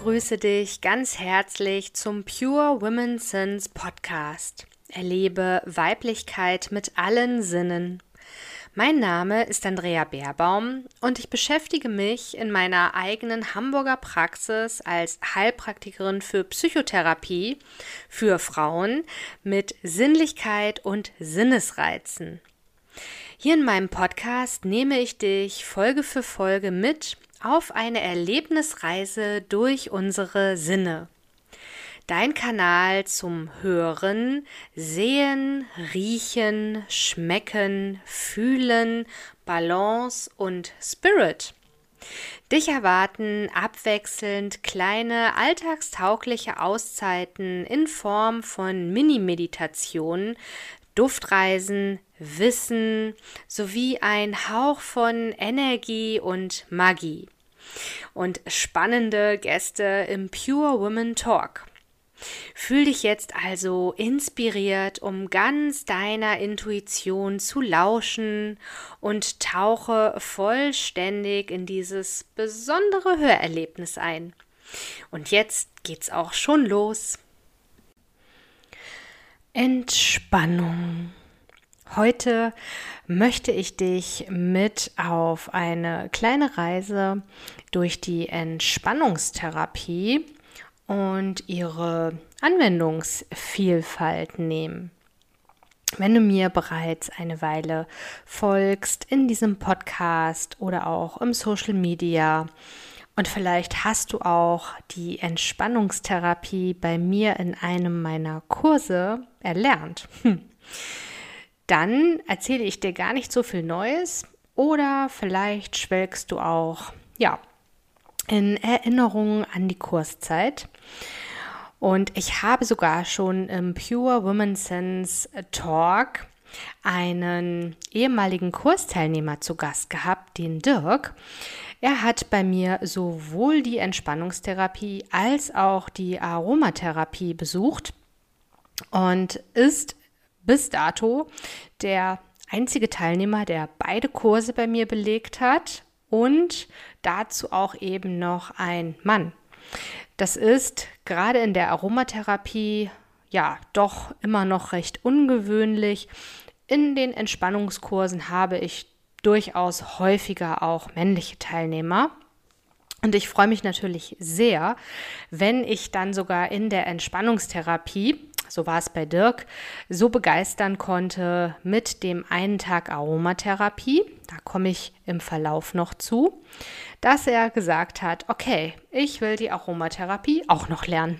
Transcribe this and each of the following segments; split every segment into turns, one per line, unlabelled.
begrüße dich ganz herzlich zum Pure Women Sense Podcast. Erlebe Weiblichkeit mit allen Sinnen. Mein Name ist Andrea Beerbaum und ich beschäftige mich in meiner eigenen Hamburger Praxis als Heilpraktikerin für Psychotherapie für Frauen mit Sinnlichkeit und Sinnesreizen. Hier in meinem Podcast nehme ich dich Folge für Folge mit auf eine Erlebnisreise durch unsere Sinne. Dein Kanal zum Hören, Sehen, Riechen, Schmecken, Fühlen, Balance und Spirit. Dich erwarten abwechselnd kleine alltagstaugliche Auszeiten in Form von Mini-Meditationen, Duftreisen, Wissen sowie ein Hauch von Energie und Magie und spannende Gäste im Pure Women Talk. Fühl dich jetzt also inspiriert, um ganz deiner Intuition zu lauschen und tauche vollständig in dieses besondere Hörerlebnis ein. Und jetzt geht's auch schon los. Entspannung. Heute möchte ich dich mit auf eine kleine Reise durch die Entspannungstherapie und ihre Anwendungsvielfalt nehmen. Wenn du mir bereits eine Weile folgst in diesem Podcast oder auch im Social Media und vielleicht hast du auch die Entspannungstherapie bei mir in einem meiner Kurse erlernt, dann erzähle ich dir gar nicht so viel Neues oder vielleicht schwelgst du auch, in Erinnerungen an die Kurszeit. Und ich habe sogar schon im Pure Women Sense Talk einen ehemaligen Kursteilnehmer zu Gast gehabt, den Dirk. Er hat bei mir sowohl die Entspannungstherapie als auch die Aromatherapie besucht und ist bis dato der einzige Teilnehmer, der beide Kurse bei mir belegt hat und dazu auch eben noch ein Mann. Das ist gerade in der Aromatherapie doch immer noch recht ungewöhnlich. In den Entspannungskursen habe ich durchaus häufiger auch männliche Teilnehmer. Und ich freue mich natürlich sehr, wenn ich dann sogar in der Entspannungstherapie, so war es bei Dirk, so begeistern konnte mit dem einen Tag Aromatherapie, da komme ich im Verlauf noch zu, dass er gesagt hat, okay, ich will die Aromatherapie auch noch lernen.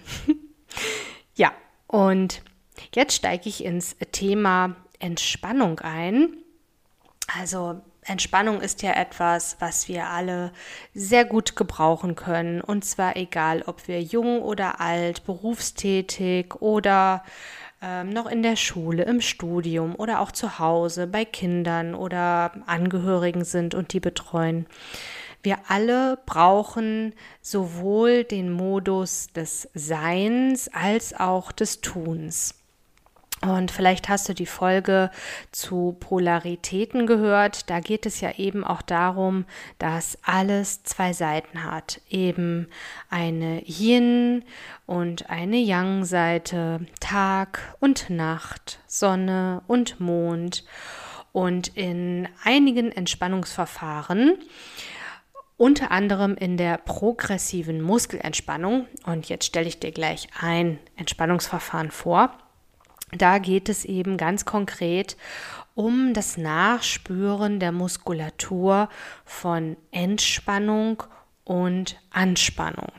Ja, und jetzt steige ich ins Thema Entspannung ein. Also Entspannung ist ja etwas, was wir alle sehr gut gebrauchen können. Und zwar egal, ob wir jung oder alt, berufstätig oder noch in der Schule, im Studium oder auch zu Hause bei Kindern oder Angehörigen sind und die betreuen. Wir alle brauchen sowohl den Modus des Seins als auch des Tuns. Und vielleicht hast du die Folge zu Polaritäten gehört. Da geht es ja eben auch darum, dass alles zwei Seiten hat. Eben eine Yin- und eine Yang-Seite, Tag und Nacht, Sonne und Mond. Und in einigen Entspannungsverfahren, unter anderem in der progressiven Muskelentspannung, und jetzt stelle ich dir gleich ein Entspannungsverfahren vor, da geht es eben ganz konkret um das Nachspüren der Muskulatur von Entspannung und Anspannung.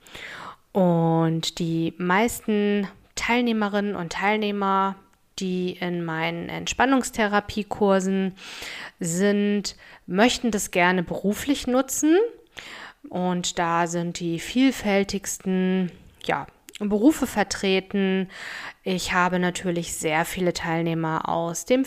Und die meisten Teilnehmerinnen und Teilnehmer, die in meinen Entspannungstherapiekursen sind, möchten das gerne beruflich nutzen. Und da sind die vielfältigsten Berufe vertreten. Ich habe natürlich sehr viele Teilnehmer aus dem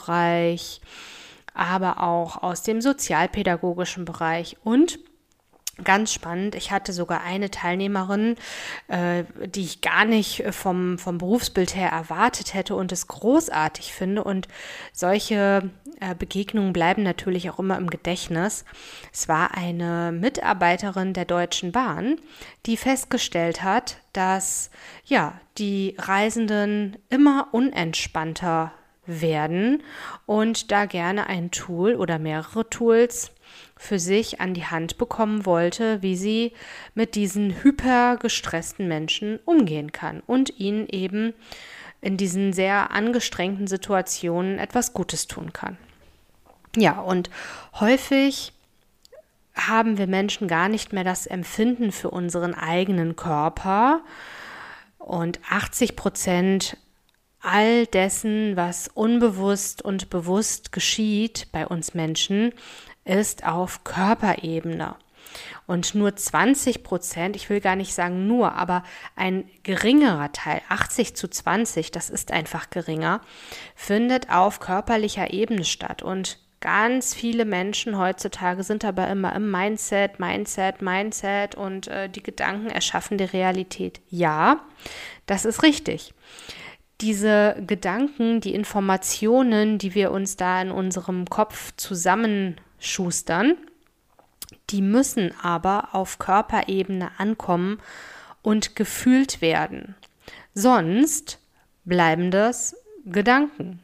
Pflegebereich, aber auch aus dem sozialpädagogischen Bereich und Ganz spannend. Ich hatte sogar eine Teilnehmerin, die ich gar nicht vom Berufsbild her erwartet hätte und es großartig finde. Und solche Begegnungen bleiben natürlich auch immer im Gedächtnis. Es war eine Mitarbeiterin der Deutschen Bahn, die festgestellt hat, dass ja, die Reisenden immer unentspannter werden und da gerne ein Tool oder mehrere Tools für sich an die Hand bekommen wollte, wie sie mit diesen hypergestressten Menschen umgehen kann und ihnen eben in diesen sehr angestrengten Situationen etwas Gutes tun kann. Ja, und häufig haben wir Menschen gar nicht mehr das Empfinden für unseren eigenen Körper und 80% all dessen, was unbewusst und bewusst geschieht bei uns Menschen, ist auf Körperebene. Und nur 20%, ich will gar nicht sagen nur, aber ein geringerer Teil, 80:20, das ist einfach geringer, findet auf körperlicher Ebene statt. Und ganz viele Menschen heutzutage sind aber immer im Mindset und die Gedanken erschaffen die Realität. Ja, das ist richtig. Diese Gedanken, die Informationen, die wir uns da in unserem Kopf zusammenschustern, die müssen aber auf Körperebene ankommen und gefühlt werden. Sonst bleiben das Gedanken.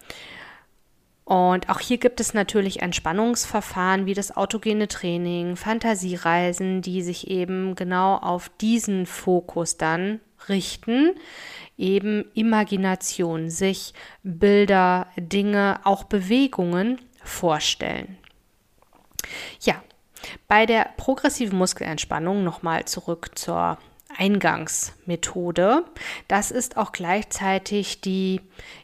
Und auch hier gibt es natürlich Entspannungsverfahren wie das autogene Training, Fantasiereisen, die sich eben genau auf diesen Fokus dann richten, eben Imagination, sich Bilder, Dinge, auch Bewegungen vorstellen. Ja, bei der progressiven Muskelentspannung nochmal zurück zur Eingangsmethode. Das ist auch gleichzeitig die,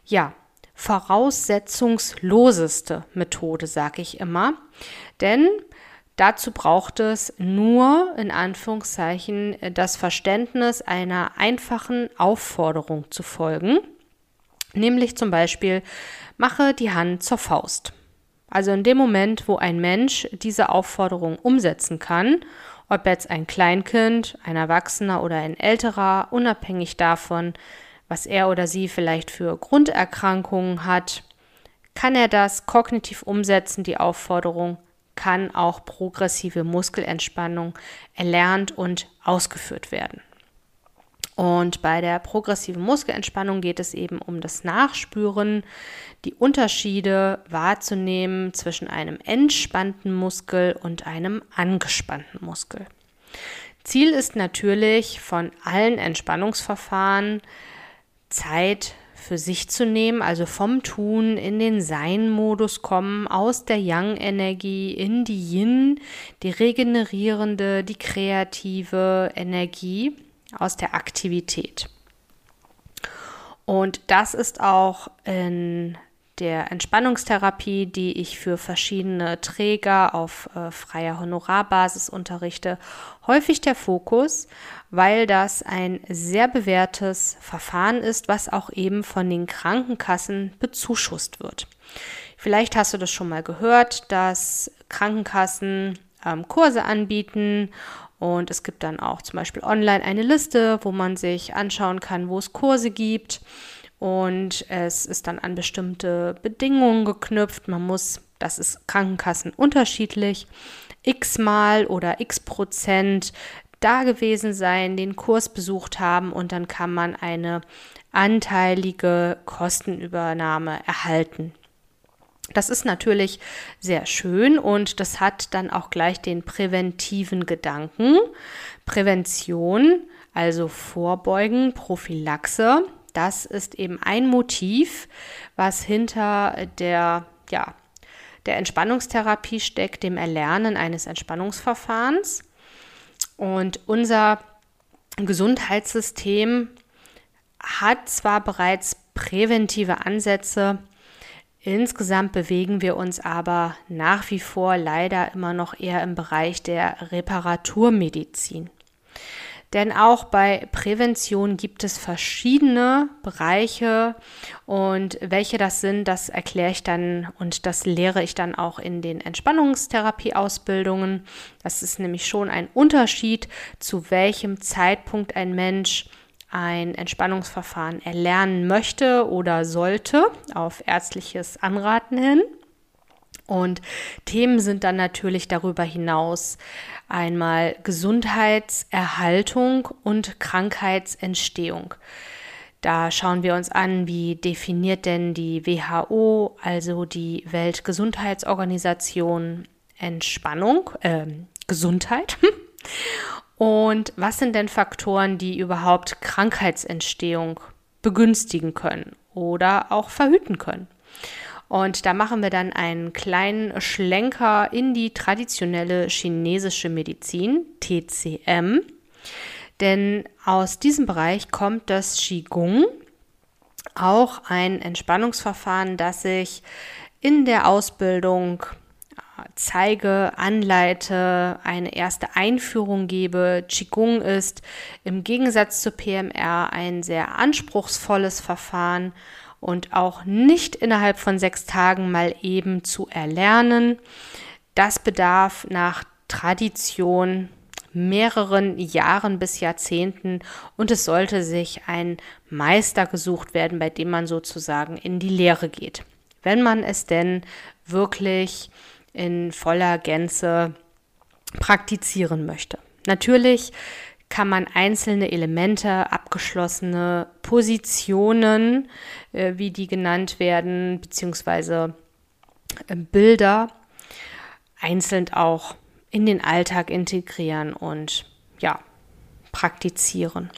voraussetzungsloseste Methode, sage ich immer. Denn dazu braucht es nur, in Anführungszeichen, das Verständnis einer einfachen Aufforderung zu folgen. Nämlich zum Beispiel, mache die Hand zur Faust. Also in dem Moment, wo ein Mensch diese Aufforderung umsetzen kann, ob jetzt ein Kleinkind, ein Erwachsener oder ein Älterer, unabhängig davon, was er oder sie vielleicht für Grunderkrankungen hat, kann er das kognitiv umsetzen, die Aufforderung, kann auch progressive Muskelentspannung erlernt und ausgeführt werden. Und bei der progressiven Muskelentspannung geht es eben um das Nachspüren, die Unterschiede wahrzunehmen zwischen einem entspannten Muskel und einem angespannten Muskel. Ziel ist natürlich von allen Entspannungsverfahren, Zeit für sich zu nehmen, also vom Tun in den Sein-Modus kommen, aus der Yang-Energie in die Yin, die regenerierende, die kreative Energie aus der Aktivität. Und das ist auch in der Entspannungstherapie, die ich für verschiedene Träger auf freier Honorarbasis unterrichte, häufig der Fokus, weil das ein sehr bewährtes Verfahren ist, was auch eben von den Krankenkassen bezuschusst wird. Vielleicht hast du das schon mal gehört, dass Krankenkassen Kurse anbieten und es gibt dann auch zum Beispiel online eine Liste, wo man sich anschauen kann, wo es Kurse gibt. Und es ist dann an bestimmte Bedingungen geknüpft. Man muss, das ist Krankenkassen unterschiedlich, x-mal oder x% da gewesen sein, den Kurs besucht haben und dann kann man eine anteilige Kostenübernahme erhalten. Das ist natürlich sehr schön und das hat dann auch gleich den präventiven Gedanken. Prävention, also Vorbeugen, Prophylaxe. Das ist eben ein Motiv, was hinter der Entspannungstherapie steckt, dem Erlernen eines Entspannungsverfahrens. Und unser Gesundheitssystem hat zwar bereits präventive Ansätze, insgesamt bewegen wir uns aber nach wie vor leider immer noch eher im Bereich der Reparaturmedizin. Denn auch bei Prävention gibt es verschiedene Bereiche und welche das sind, das erkläre ich dann und das lehre ich dann auch in den Entspannungstherapie-Ausbildungen. Das ist nämlich schon ein Unterschied, zu welchem Zeitpunkt ein Mensch ein Entspannungsverfahren erlernen möchte oder sollte, auf ärztliches Anraten hin. Und Themen sind dann natürlich darüber hinaus einmal Gesundheitserhaltung und Krankheitsentstehung. Da schauen wir uns an, wie definiert denn die WHO, also die Weltgesundheitsorganisation, Gesundheit. Und was sind denn Faktoren, die überhaupt Krankheitsentstehung begünstigen können oder auch verhüten können? Und da machen wir dann einen kleinen Schlenker in die traditionelle chinesische Medizin, TCM. Denn aus diesem Bereich kommt das Qigong, auch ein Entspannungsverfahren, das ich in der Ausbildung zeige, anleite, eine erste Einführung gebe. Qigong ist im Gegensatz zu PMR ein sehr anspruchsvolles Verfahren und auch nicht innerhalb von 6 Tagen mal eben zu erlernen. Das bedarf nach Tradition mehreren Jahren bis Jahrzehnten und es sollte sich ein Meister gesucht werden, bei dem man sozusagen in die Lehre geht. Wenn man es denn wirklich in voller Gänze praktizieren möchte. Natürlich kann man einzelne Elemente, abgeschlossene Positionen, wie die genannt werden, beziehungsweise Bilder, einzeln auch in den Alltag integrieren und praktizieren.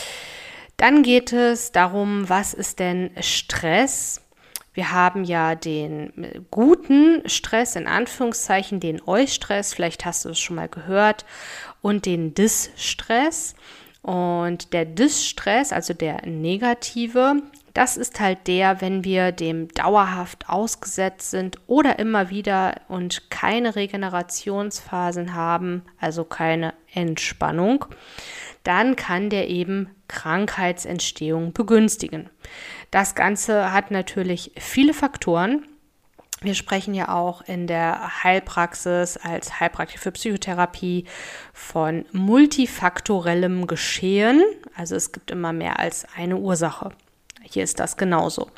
Dann geht es darum, was ist denn Stress? Wir haben ja den guten Stress, in Anführungszeichen, den Eustress, vielleicht hast du es schon mal gehört, und den Distress. Und der Distress, also der negative, das ist halt der, wenn wir dem dauerhaft ausgesetzt sind oder immer wieder und keine Regenerationsphasen haben, also keine Entspannung, dann kann der eben Krankheitsentstehung begünstigen. Das Ganze hat natürlich viele Faktoren. Wir sprechen ja auch in der Heilpraxis als Heilpraktiker für Psychotherapie von multifaktorellem Geschehen. Also es gibt immer mehr als eine Ursache. Hier ist das genauso.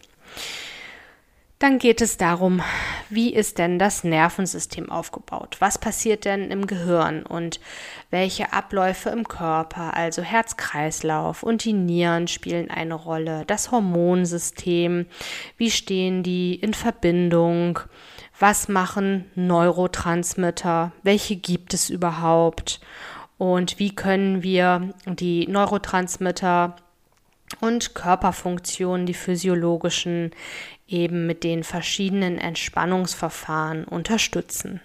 Dann geht es darum, wie ist denn das Nervensystem aufgebaut? Was passiert denn im Gehirn und welche Abläufe im Körper, also Herz-Kreislauf und die Nieren spielen eine Rolle, das Hormonsystem, wie stehen die in Verbindung, was machen Neurotransmitter, welche gibt es überhaupt und wie können wir die Neurotransmitter und Körperfunktionen, die physiologischen, eben mit den verschiedenen Entspannungsverfahren unterstützen.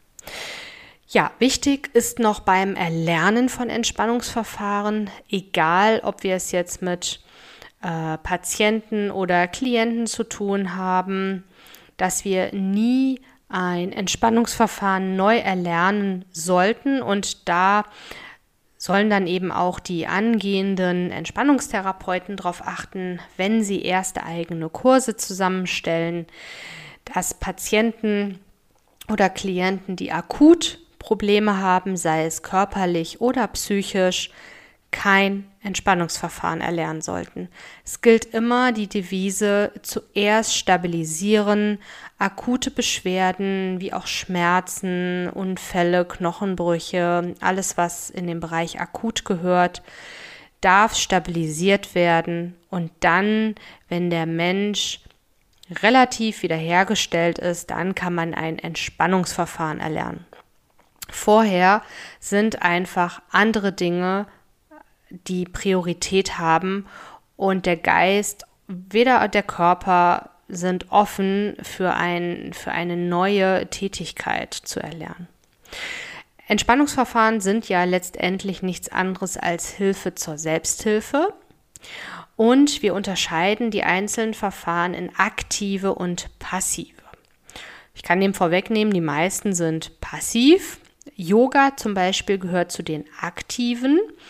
Ja, wichtig ist noch beim Erlernen von Entspannungsverfahren, egal ob wir es jetzt mit Patienten oder Klienten zu tun haben, dass wir nie ein Entspannungsverfahren neu erlernen sollten und da sollen dann eben auch die angehenden Entspannungstherapeuten darauf achten, wenn sie erste eigene Kurse zusammenstellen, dass Patienten oder Klienten, die akut Probleme haben, sei es körperlich oder psychisch, kein Entspannungsverfahren erlernen sollten. Es gilt immer die Devise, zuerst stabilisieren, akute Beschwerden wie auch Schmerzen, Unfälle, Knochenbrüche, alles was in den Bereich akut gehört, darf stabilisiert werden und dann, wenn der Mensch relativ wiederhergestellt ist, dann kann man ein Entspannungsverfahren erlernen. Vorher sind einfach andere Dinge, die Priorität haben und der Geist, weder der Körper sind offen für eine neue Tätigkeit zu erlernen. Entspannungsverfahren sind ja letztendlich nichts anderes als Hilfe zur Selbsthilfe und wir unterscheiden die einzelnen Verfahren in aktive und passive. Ich kann dem vorwegnehmen, die meisten sind passiv. Yoga zum Beispiel gehört zu den aktiven.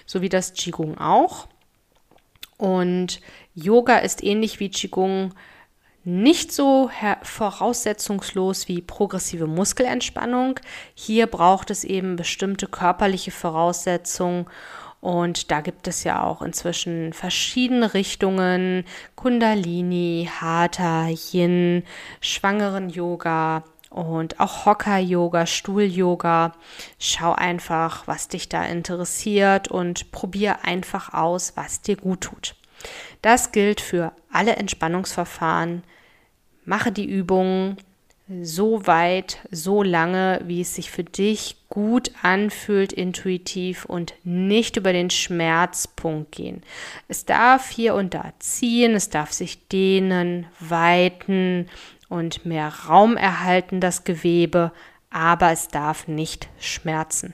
so wie das Qigong auch. Und Yoga ist ähnlich wie Qigong nicht so voraussetzungslos wie progressive Muskelentspannung. Hier braucht es eben bestimmte körperliche Voraussetzungen und da gibt es ja auch inzwischen verschiedene Richtungen: Kundalini, Hatha, Yin, Schwangeren-Yoga und auch Hocker-Yoga, Stuhl-Yoga. Schau einfach, was dich da interessiert und probier einfach aus, was dir gut tut. Das gilt für alle Entspannungsverfahren. Mache die Übungen so weit, so lange, wie es sich für dich gut anfühlt, intuitiv, und nicht über den Schmerzpunkt gehen. Es darf hier und da ziehen, es darf sich dehnen, weiten und mehr Raum erhalten, das Gewebe, aber es darf nicht schmerzen.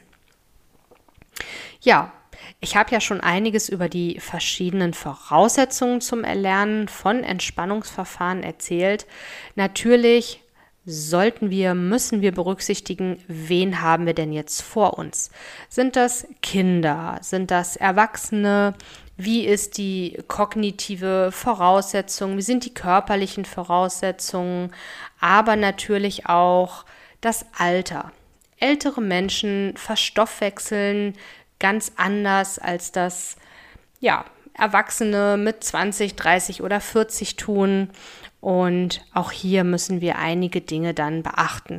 Ja, ich habe ja schon einiges über die verschiedenen Voraussetzungen zum Erlernen von Entspannungsverfahren erzählt. Natürlich müssen wir berücksichtigen, wen haben wir denn jetzt vor uns? Sind das Kinder? Sind das Erwachsene? Wie ist die kognitive Voraussetzung? Wie sind die körperlichen Voraussetzungen? Aber natürlich auch das Alter. Ältere Menschen verstoffwechseln ganz anders, als das Erwachsene mit 20, 30 oder 40 tun. Und auch hier müssen wir einige Dinge dann beachten.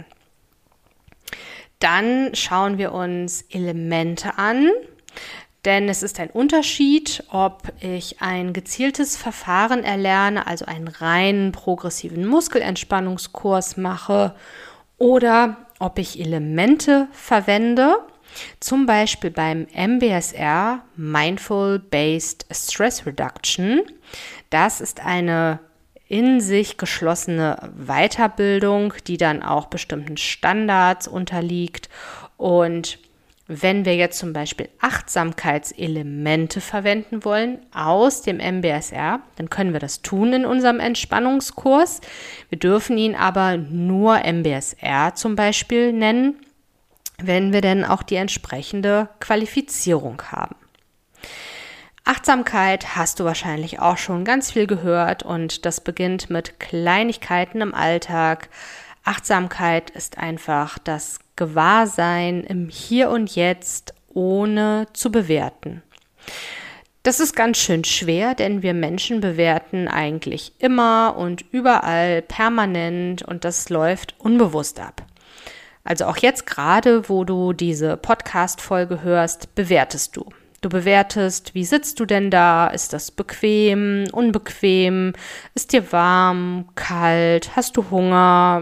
Dann schauen wir uns Elemente an, denn es ist ein Unterschied, ob ich ein gezieltes Verfahren erlerne, also einen reinen progressiven Muskelentspannungskurs mache, oder ob ich Elemente verwende. Zum Beispiel beim MBSR, Mindful Based Stress Reduction. Das ist eine in sich geschlossene Weiterbildung, die dann auch bestimmten Standards unterliegt. Und wenn wir jetzt zum Beispiel Achtsamkeitselemente verwenden wollen aus dem MBSR, dann können wir das tun in unserem Entspannungskurs. Wir dürfen ihn aber nur MBSR zum Beispiel nennen, wenn wir denn auch die entsprechende Qualifizierung haben. Achtsamkeit hast du wahrscheinlich auch schon ganz viel gehört und das beginnt mit Kleinigkeiten im Alltag. Achtsamkeit ist einfach das Gewahrsein im Hier und Jetzt, ohne zu bewerten. Das ist ganz schön schwer, denn wir Menschen bewerten eigentlich immer und überall permanent und das läuft unbewusst ab. Also auch jetzt gerade, wo du diese Podcast-Folge hörst, bewertest du. Du bewertest, wie sitzt du denn da? Ist das bequem, unbequem? Ist dir warm, kalt? Hast du Hunger,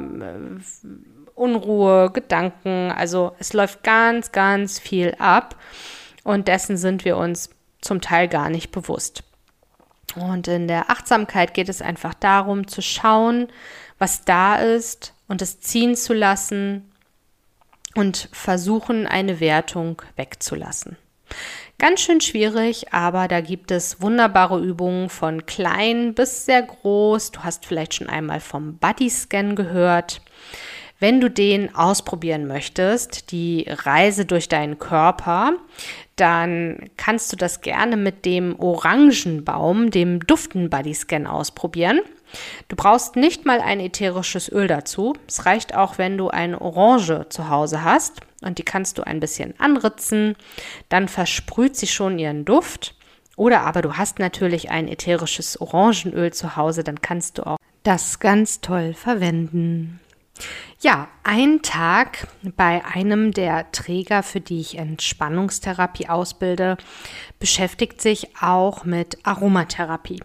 Unruhe, Gedanken? Also es läuft ganz, ganz viel ab und dessen sind wir uns zum Teil gar nicht bewusst. Und in der Achtsamkeit geht es einfach darum, zu schauen, was da ist und es ziehen zu lassen und versuchen, eine Wertung wegzulassen. Ganz schön schwierig, aber da gibt es wunderbare Übungen von klein bis sehr groß. Du hast vielleicht schon einmal vom Bodyscan gehört. Wenn du den ausprobieren möchtest, die Reise durch deinen Körper, dann kannst du das gerne mit dem Orangenbaum, dem Duften-Bodyscan ausprobieren. Du brauchst nicht mal ein ätherisches Öl dazu. Es reicht auch, wenn du eine Orange zu Hause hast und die kannst du ein bisschen anritzen. Dann versprüht sie schon ihren Duft. Oder aber du hast natürlich ein ätherisches Orangenöl zu Hause, dann kannst du auch das ganz toll verwenden. Ja, ein Tag bei einem der Träger, für die ich Entspannungstherapie ausbilde, beschäftigt sich auch mit Aromatherapie.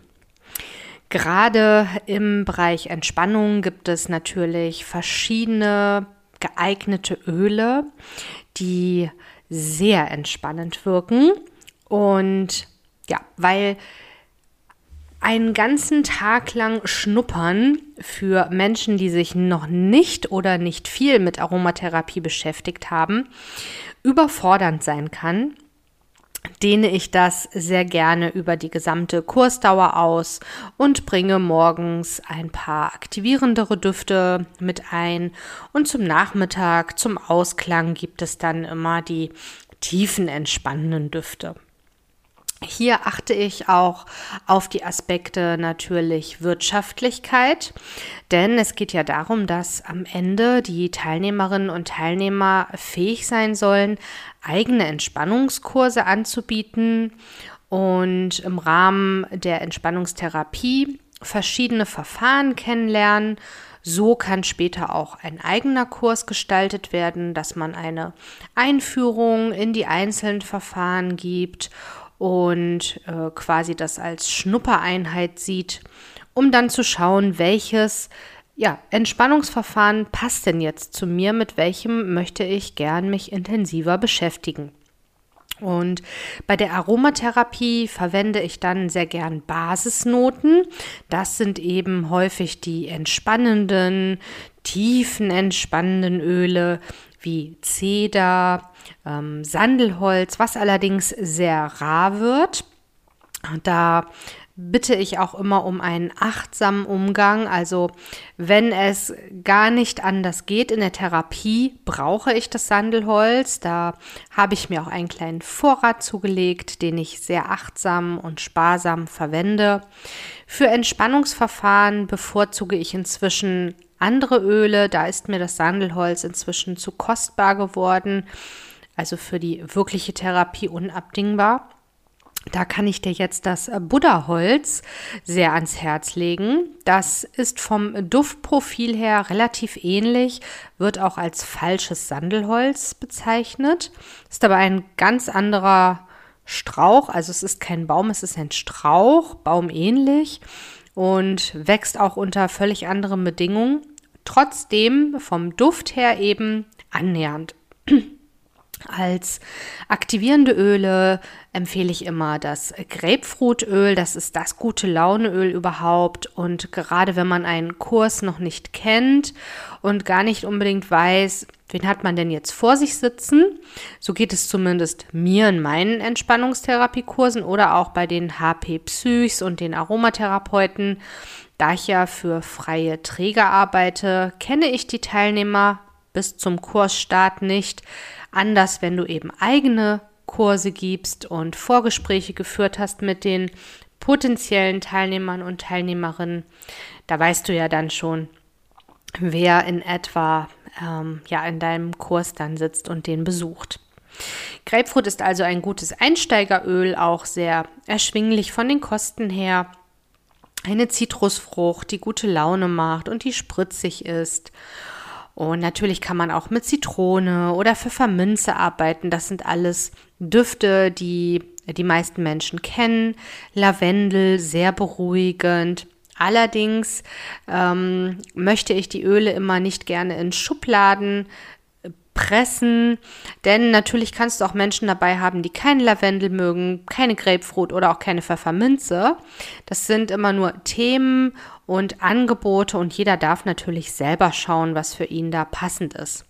Gerade im Bereich Entspannung gibt es natürlich verschiedene geeignete Öle, die sehr entspannend wirken. Und ja, weil einen ganzen Tag lang schnuppern für Menschen, die sich noch nicht oder nicht viel mit Aromatherapie beschäftigt haben, überfordernd sein kann, dehne ich das sehr gerne über die gesamte Kursdauer aus und bringe morgens ein paar aktivierendere Düfte mit ein und zum Nachmittag, zum Ausklang, gibt es dann immer die tiefen entspannenden Düfte. Hier achte ich auch auf die Aspekte natürlich Wirtschaftlichkeit, denn es geht ja darum, dass am Ende die Teilnehmerinnen und Teilnehmer fähig sein sollen, eigene Entspannungskurse anzubieten und im Rahmen der Entspannungstherapie verschiedene Verfahren kennenlernen. So kann später auch ein eigener Kurs gestaltet werden, dass man eine Einführung in die einzelnen Verfahren gibt und quasi das als Schnuppereinheit sieht, um dann zu schauen, welches Entspannungsverfahren passt denn jetzt zu mir, mit welchem möchte ich gern mich intensiver beschäftigen. Und bei der Aromatherapie verwende ich dann sehr gern Basisnoten. Das sind eben häufig die entspannenden, tiefen entspannenden Öle wie Zeder, Sandelholz, was allerdings sehr rar wird. Da bitte ich auch immer um einen achtsamen Umgang. Also wenn es gar nicht anders geht in der Therapie, brauche ich das Sandelholz. Da habe ich mir auch einen kleinen Vorrat zugelegt, den ich sehr achtsam und sparsam verwende. Für Entspannungsverfahren bevorzuge ich inzwischen andere Öle. Da ist mir das Sandelholz inzwischen zu kostbar geworden. Also für die wirkliche Therapie unabdingbar. Da kann ich dir jetzt das Buddha-Holz sehr ans Herz legen. Das ist vom Duftprofil her relativ ähnlich, wird auch als falsches Sandelholz bezeichnet, ist aber ein ganz anderer Strauch, also es ist kein Baum, es ist ein Strauch, baumähnlich und wächst auch unter völlig anderen Bedingungen, trotzdem vom Duft her eben annähernd. Als aktivierende Öle empfehle ich immer das Grapefruitöl. Das ist das gute Launeöl überhaupt. Und gerade wenn man einen Kurs noch nicht kennt und gar nicht unbedingt weiß, wen hat man denn jetzt vor sich sitzen, so geht es zumindest mir in meinen Entspannungstherapiekursen oder auch bei den HP-Psychs und den Aromatherapeuten. Da ich ja für freie Träger arbeite, kenne ich die Teilnehmer bis zum Kursstart nicht. Anders, wenn du eben eigene Kurse gibst und Vorgespräche geführt hast mit den potenziellen Teilnehmern und Teilnehmerinnen, da weißt du ja dann schon, wer in etwa in deinem Kurs dann sitzt und den besucht. Grapefruit ist also ein gutes Einsteigeröl, auch sehr erschwinglich von den Kosten her. Eine Zitrusfrucht, die gute Laune macht und die spritzig ist. Und natürlich kann man auch mit Zitrone oder Pfefferminze arbeiten. Das sind alles Düfte, die die meisten Menschen kennen. Lavendel, sehr beruhigend. Allerdings möchte ich die Öle immer nicht gerne in Schubladen pressen, denn natürlich kannst du auch Menschen dabei haben, die keinen Lavendel mögen, keine Grapefruit oder auch keine Pfefferminze. Das sind immer nur Themen und Angebote und jeder darf natürlich selber schauen, was für ihn da passend ist.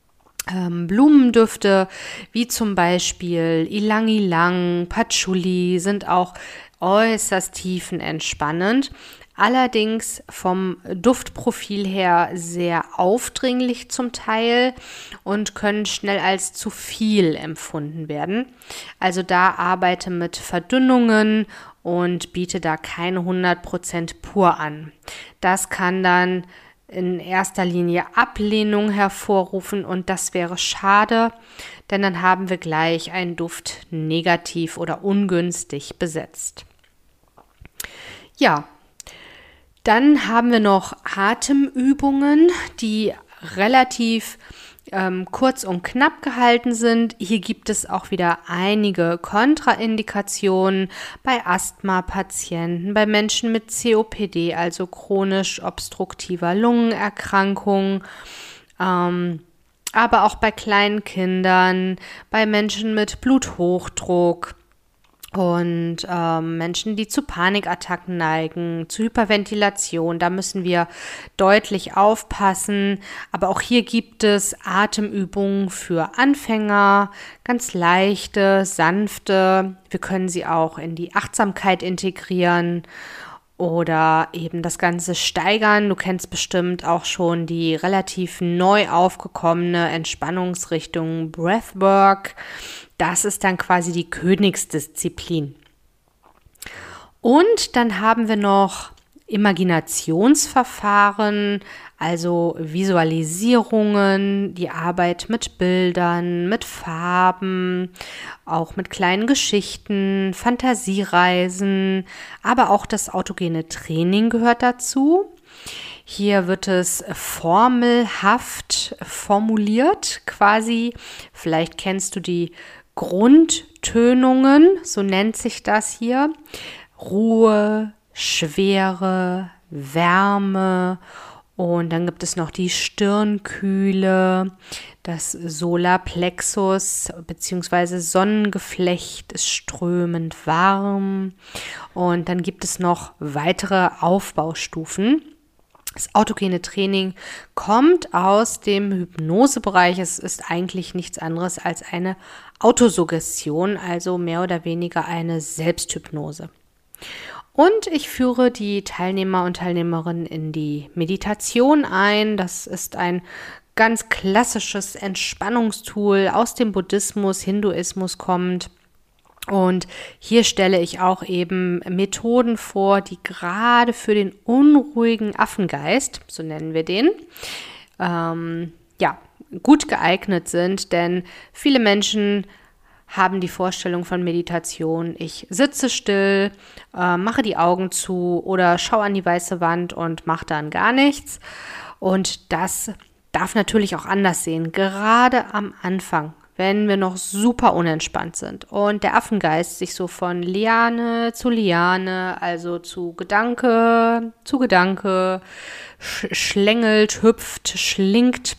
Blumendüfte wie zum Beispiel Ylang Ylang, Patchouli sind auch äußerst tiefenentspannend. Allerdings vom Duftprofil her sehr aufdringlich zum Teil und können schnell als zu viel empfunden werden. Also da arbeite mit Verdünnungen und biete da keine 100% pur an. Das kann dann in erster Linie Ablehnung hervorrufen und das wäre schade, denn dann haben wir gleich einen Duft negativ oder ungünstig besetzt. Ja, dann haben wir noch Atemübungen, die relativ kurz und knapp gehalten sind. Hier gibt es auch wieder einige Kontraindikationen bei Asthma-Patienten, bei Menschen mit COPD, also chronisch obstruktiver Lungenerkrankung, aber auch bei kleinen Kindern, bei Menschen mit Bluthochdruck. Und Menschen, die zu Panikattacken neigen, zu Hyperventilation, da müssen wir deutlich aufpassen. Aber auch hier gibt es Atemübungen für Anfänger, ganz leichte, sanfte. Wir können sie auch in die Achtsamkeit integrieren oder eben das Ganze steigern. Du kennst bestimmt auch schon die relativ neu aufgekommene Entspannungsrichtung Breathwork. Das ist dann quasi die Königsdisziplin. Und dann haben wir noch Imaginationsverfahren, also Visualisierungen, die Arbeit mit Bildern, mit Farben, auch mit kleinen Geschichten, Fantasiereisen, aber auch das autogene Training gehört dazu. Hier wird es formelhaft formuliert, quasi. Vielleicht kennst du die Grundtönungen, so nennt sich das hier. Ruhe, Schwere, Wärme und dann gibt es noch die Stirnkühle, das Solarplexus bzw. Sonnengeflecht ist strömend warm und dann gibt es noch weitere Aufbaustufen. Das autogene Training kommt aus dem Hypnosebereich. Es ist eigentlich nichts anderes als eine Autosuggestion, also mehr oder weniger eine Selbsthypnose. Und ich führe die Teilnehmer und Teilnehmerinnen in die Meditation ein. Das ist ein ganz klassisches Entspannungstool aus dem Buddhismus, Hinduismus kommt. Und hier stelle ich auch eben Methoden vor, die gerade für den unruhigen Affengeist, so nennen wir den, gut geeignet sind, denn viele Menschen haben die Vorstellung von Meditation. Ich sitze still, mache die Augen zu oder schaue an die weiße Wand und mache dann gar nichts. Und das darf natürlich auch anders sehen, gerade am Anfang, wenn wir noch super unentspannt sind und der Affengeist sich so von Liane zu Liane, also zu Gedanke schlängelt, hüpft, schlingt.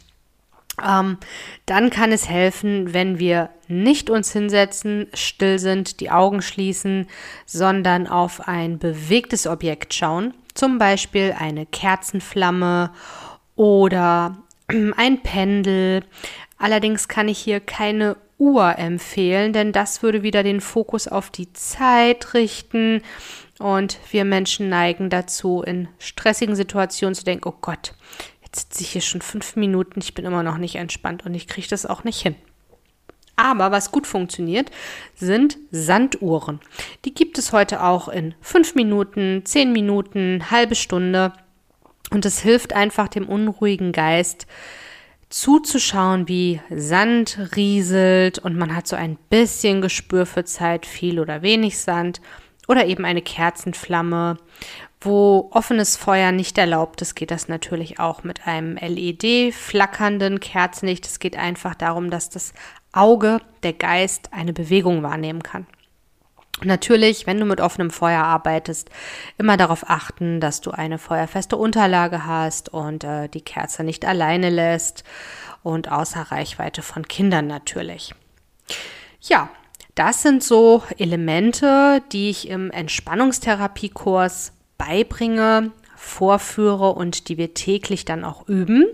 Dann kann es helfen, wenn wir nicht uns hinsetzen, still sind, die Augen schließen, sondern auf ein bewegtes Objekt schauen, zum Beispiel eine Kerzenflamme oder ein Pendel. Allerdings kann ich hier keine Uhr empfehlen, denn das würde wieder den Fokus auf die Zeit richten und wir Menschen neigen dazu, in stressigen Situationen zu denken, oh Gott, jetzt sitze ich hier schon 5 Minuten, ich bin immer noch nicht entspannt und ich kriege das auch nicht hin. Aber was gut funktioniert, sind Sanduhren. Die gibt es heute auch in 5 Minuten, 10 Minuten, halbe Stunde. Und es hilft einfach dem unruhigen Geist zuzuschauen, wie Sand rieselt und man hat so ein bisschen Gespür für Zeit, viel oder wenig Sand. Oder eben eine Kerzenflamme. Wo offenes Feuer nicht erlaubt ist, geht das natürlich auch mit einem LED-flackernden Kerzenlicht. Es geht einfach darum, dass das Auge, der Geist, eine Bewegung wahrnehmen kann. Und natürlich, wenn du mit offenem Feuer arbeitest, immer darauf achten, dass du eine feuerfeste Unterlage hast und die Kerze nicht alleine lässt und außer Reichweite von Kindern natürlich. Ja, das sind so Elemente, die ich im Entspannungstherapiekurs beibringe, vorführe und die wir täglich dann auch üben.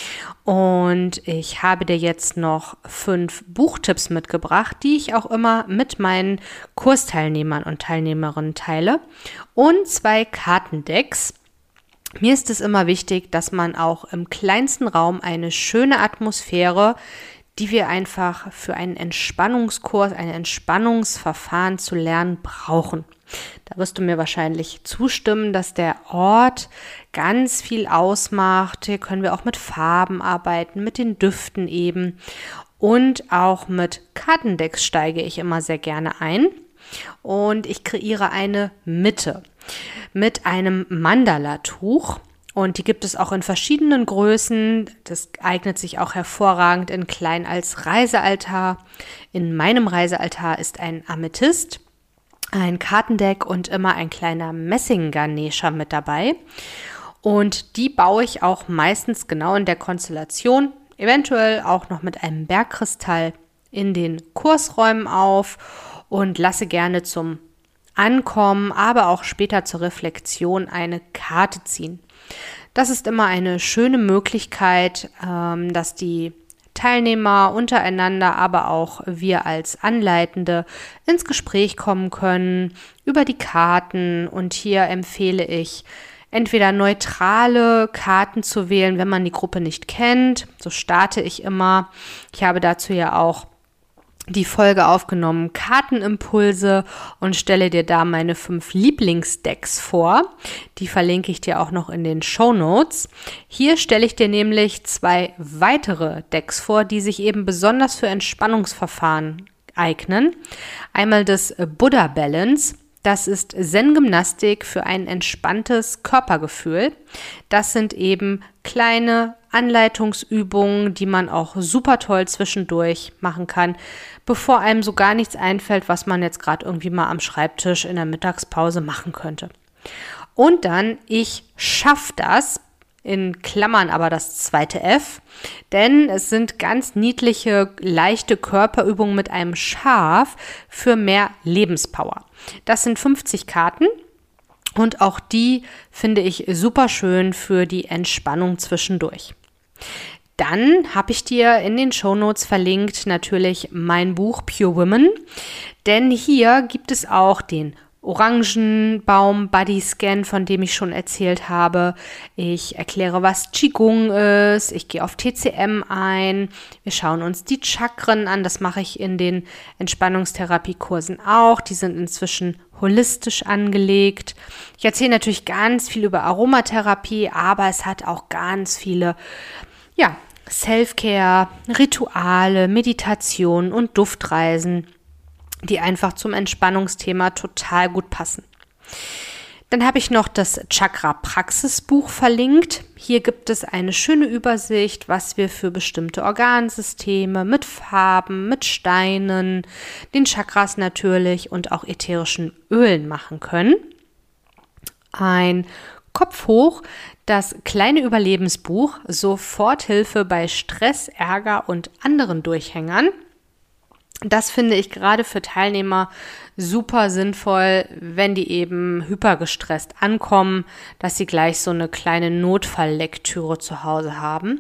Und ich habe dir jetzt noch 5 Buchtipps mitgebracht, die ich auch immer mit meinen Kursteilnehmern und Teilnehmerinnen teile und 2 Kartendecks. Mir ist es immer wichtig, dass man auch im kleinsten Raum eine schöne Atmosphäre, die wir einfach für einen Entspannungskurs, ein Entspannungsverfahren zu lernen brauchen. Da wirst du mir wahrscheinlich zustimmen, dass der Ort ganz viel ausmacht. Hier können wir auch mit Farben arbeiten, mit den Düften eben und auch mit Kartendecks steige ich immer sehr gerne ein. Und ich kreiere eine Mitte mit einem Mandala-Tuch. Und die gibt es auch in verschiedenen Größen. Das eignet sich auch hervorragend in klein als Reisealtar. In meinem Reisealtar ist ein Amethyst, ein Kartendeck und immer ein kleiner Messing-Ganesha mit dabei. Und die baue ich auch meistens genau in der Konstellation, eventuell auch noch mit einem Bergkristall in den Kursräumen auf und lasse gerne zum Ankommen, aber auch später zur Reflexion eine Karte ziehen. Das ist immer eine schöne Möglichkeit, dass die Teilnehmer untereinander, aber auch wir als Anleitende ins Gespräch kommen können über die Karten. Und hier empfehle ich, entweder neutrale Karten zu wählen, wenn man die Gruppe nicht kennt. So starte ich immer. Ich habe dazu ja auch die Folge aufgenommen Kartenimpulse und stelle dir da meine 5 Lieblingsdecks vor. Die verlinke ich dir auch noch in den Shownotes. Hier stelle ich dir nämlich 2 weitere Decks vor, die sich eben besonders für Entspannungsverfahren eignen. Einmal das Buddha Balance. Das ist Zen-Gymnastik für ein entspanntes Körpergefühl. Das sind eben kleine Anleitungsübungen, die man auch super toll zwischendurch machen kann, bevor einem so gar nichts einfällt, was man jetzt gerade irgendwie mal am Schreibtisch in der Mittagspause machen könnte. Und dann Ich schaff das, in Klammern aber das zweite F, denn es sind ganz niedliche, leichte Körperübungen mit einem Schaf für mehr Lebenspower. Das sind 50 Karten und auch die finde ich super schön für die Entspannung zwischendurch. Dann habe ich dir in den Shownotes verlinkt natürlich mein Buch Pure Women, denn hier gibt es auch den Orangenbaum Body Scan, von dem ich schon erzählt habe. Ich erkläre, was Qigong ist. Ich gehe auf TCM ein. Wir schauen uns die Chakren an. Das mache ich in den Entspannungstherapiekursen auch. Die sind inzwischen holistisch angelegt. Ich erzähle natürlich ganz viel über Aromatherapie, aber es hat auch ganz viele, Self-Care, Rituale, Meditation und Duftreisen, die einfach zum Entspannungsthema total gut passen. Dann habe ich noch das Chakra-Praxisbuch verlinkt. Hier gibt es eine schöne Übersicht, was wir für bestimmte Organsysteme mit Farben, mit Steinen, den Chakras natürlich und auch ätherischen Ölen machen können. Ein Kopf hoch, das kleine Überlebensbuch, Soforthilfe bei Stress, Ärger und anderen Durchhängern. Das finde ich gerade für Teilnehmer super sinnvoll, wenn die eben hypergestresst ankommen, dass sie gleich so eine kleine Notfalllektüre zu Hause haben.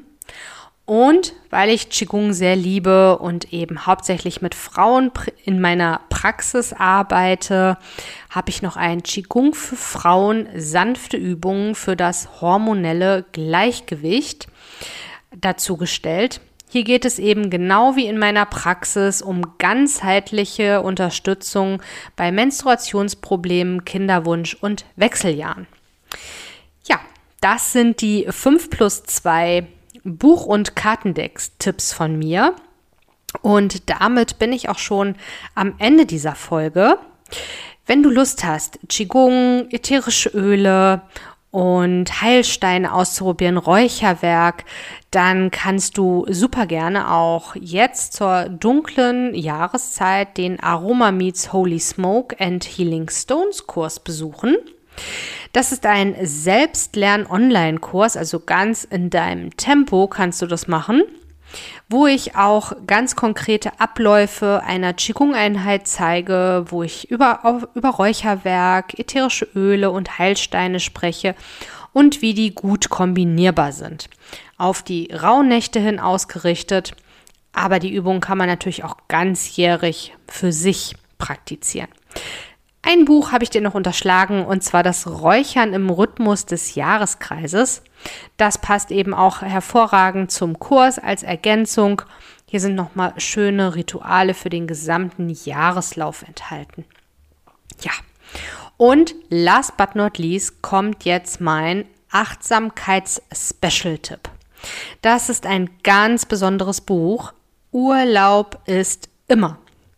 Und weil ich Qigong sehr liebe und eben hauptsächlich mit Frauen in meiner Praxis arbeite, habe ich noch ein Qigong für Frauen, sanfte Übungen für das hormonelle Gleichgewicht dazu gestellt. Hier geht es eben genau wie in meiner Praxis um ganzheitliche Unterstützung bei Menstruationsproblemen, Kinderwunsch und Wechseljahren. Ja, das sind die 5+2 Buch- und Kartendecks-Tipps von mir. Und damit bin ich auch schon am Ende dieser Folge. Wenn du Lust hast, Qigong, ätherische Öle und Heilsteine auszuprobieren, Räucherwerk, dann kannst du super gerne auch jetzt zur dunklen Jahreszeit den Aroma Meets Holy Smoke and Healing Stones Kurs besuchen. Das ist ein Selbstlern-Online-Kurs, also ganz in deinem Tempo kannst du das machen, wo ich auch ganz konkrete Abläufe einer Qigong-Einheit zeige, wo ich über Räucherwerk, ätherische Öle und Heilsteine spreche und wie die gut kombinierbar sind. Auf die Rauhnächte hin ausgerichtet, aber die Übung kann man natürlich auch ganzjährig für sich praktizieren. Ein Buch habe ich dir noch unterschlagen, und zwar das Räuchern im Rhythmus des Jahreskreises. Das passt eben auch hervorragend zum Kurs als Ergänzung. Hier sind nochmal schöne Rituale für den gesamten Jahreslauf enthalten. Ja, und last but not least kommt jetzt mein Achtsamkeits-Special-Tipp. Das ist ein ganz besonderes Buch. Urlaub ist immer.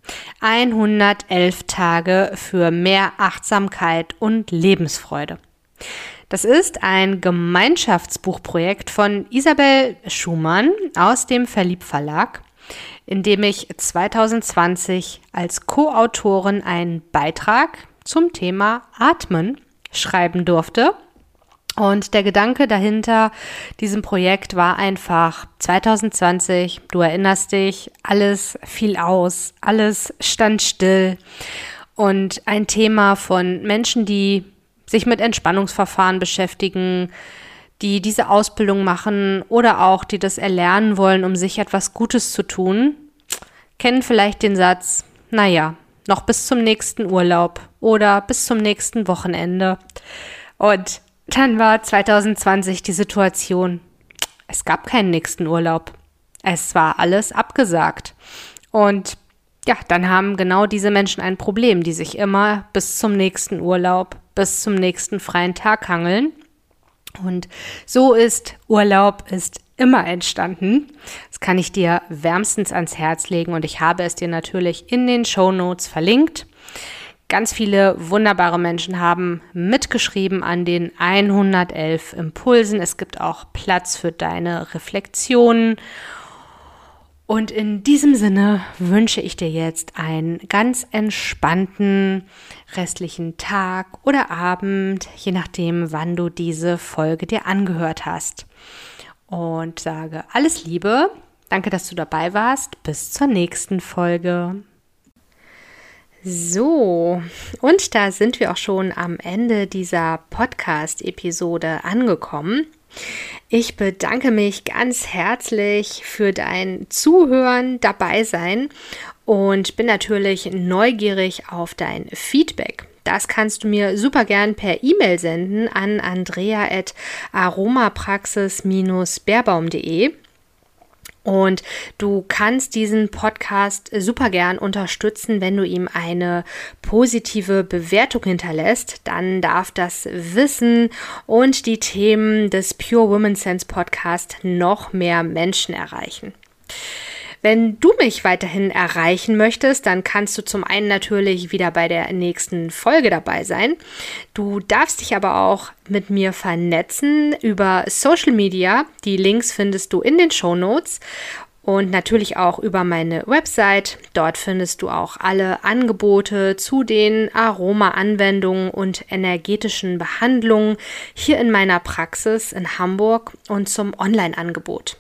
111 Tage für mehr Achtsamkeit und Lebensfreude. Das ist ein Gemeinschaftsbuchprojekt von Isabel Schumann aus dem Verlieb Verlag, in dem ich 2020 als Co-Autorin einen Beitrag zum Thema Atmen schreiben durfte. Und der Gedanke dahinter diesem Projekt war einfach 2020, du erinnerst dich, alles fiel aus, alles stand still. Und ein Thema von Menschen, die sich mit Entspannungsverfahren beschäftigen, die diese Ausbildung machen oder auch die das erlernen wollen, um sich etwas Gutes zu tun, kennen vielleicht den Satz, naja, noch bis zum nächsten Urlaub oder bis zum nächsten Wochenende. Und dann war 2020 die Situation, es gab keinen nächsten Urlaub. Es war alles abgesagt. Und ja, dann haben genau diese Menschen ein Problem, die sich immer bis zum nächsten Urlaub, bis zum nächsten freien Tag hangeln. Und so ist Urlaub immer entstanden. Das kann ich dir wärmstens ans Herz legen und ich habe es dir natürlich in den Shownotes verlinkt. Ganz viele wunderbare Menschen haben mitgeschrieben an den 111 Impulsen. Es gibt auch Platz für deine Reflexionen. Und in diesem Sinne wünsche ich dir jetzt einen ganz entspannten restlichen Tag oder Abend, je nachdem, wann du diese Folge dir angehört hast. Und sage alles Liebe. Danke, dass du dabei warst. Bis zur nächsten Folge. So, und da sind wir auch schon am Ende dieser Podcast-Episode angekommen. Ich bedanke mich ganz herzlich für dein Zuhören, dabei sein und bin natürlich neugierig auf dein Feedback. Das kannst du mir super gern per E-Mail senden an andrea@aromapraxis-beerbaum.de. Und du kannst diesen Podcast super gern unterstützen, wenn du ihm eine positive Bewertung hinterlässt. Dann darf das Wissen und die Themen des Pure Women's Sense Podcast noch mehr Menschen erreichen. Wenn du mich weiterhin erreichen möchtest, dann kannst du zum einen natürlich wieder bei der nächsten Folge dabei sein. Du darfst dich aber auch mit mir vernetzen über Social Media. Die Links findest du in den Shownotes und natürlich auch über meine Website. Dort findest du auch alle Angebote zu den Aroma-Anwendungen und energetischen Behandlungen hier in meiner Praxis in Hamburg und zum Online-Angebot.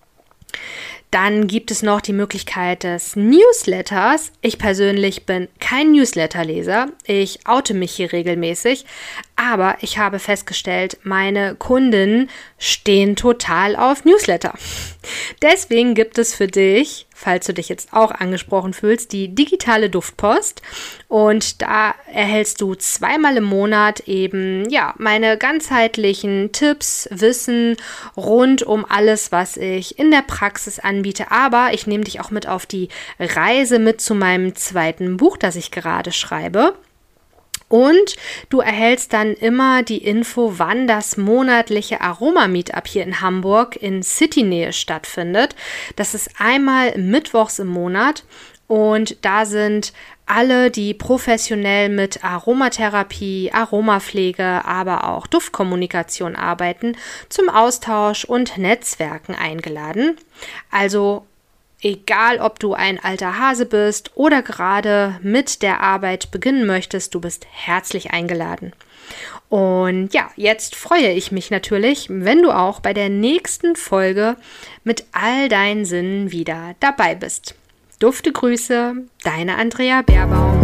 Dann gibt es noch die Möglichkeit des Newsletters. Ich persönlich bin kein Newsletterleser. Ich oute mich hier regelmäßig. Aber ich habe festgestellt, meine Kunden stehen total auf Newsletter. Deswegen gibt es für dich, falls du dich jetzt auch angesprochen fühlst, die digitale Duftpost. Und da erhältst du 2-mal im Monat eben meine ganzheitlichen Tipps, Wissen rund um alles, was ich in der Praxis anbiete. Aber ich nehme dich auch mit auf die Reise mit zu meinem 2. Buch, das ich gerade schreibe. Und du erhältst dann immer die Info, wann das monatliche Aroma-Meetup hier in Hamburg in City-Nähe stattfindet. Das ist einmal mittwochs im Monat und da sind alle, die professionell mit Aromatherapie, Aromapflege, aber auch Duftkommunikation arbeiten, zum Austausch und Netzwerken eingeladen. Also egal, ob du ein alter Hase bist oder gerade mit der Arbeit beginnen möchtest, du bist herzlich eingeladen. Und jetzt freue ich mich natürlich, wenn du auch bei der nächsten Folge mit all deinen Sinnen wieder dabei bist. Dufte Grüße, deine Andrea Beerbaum.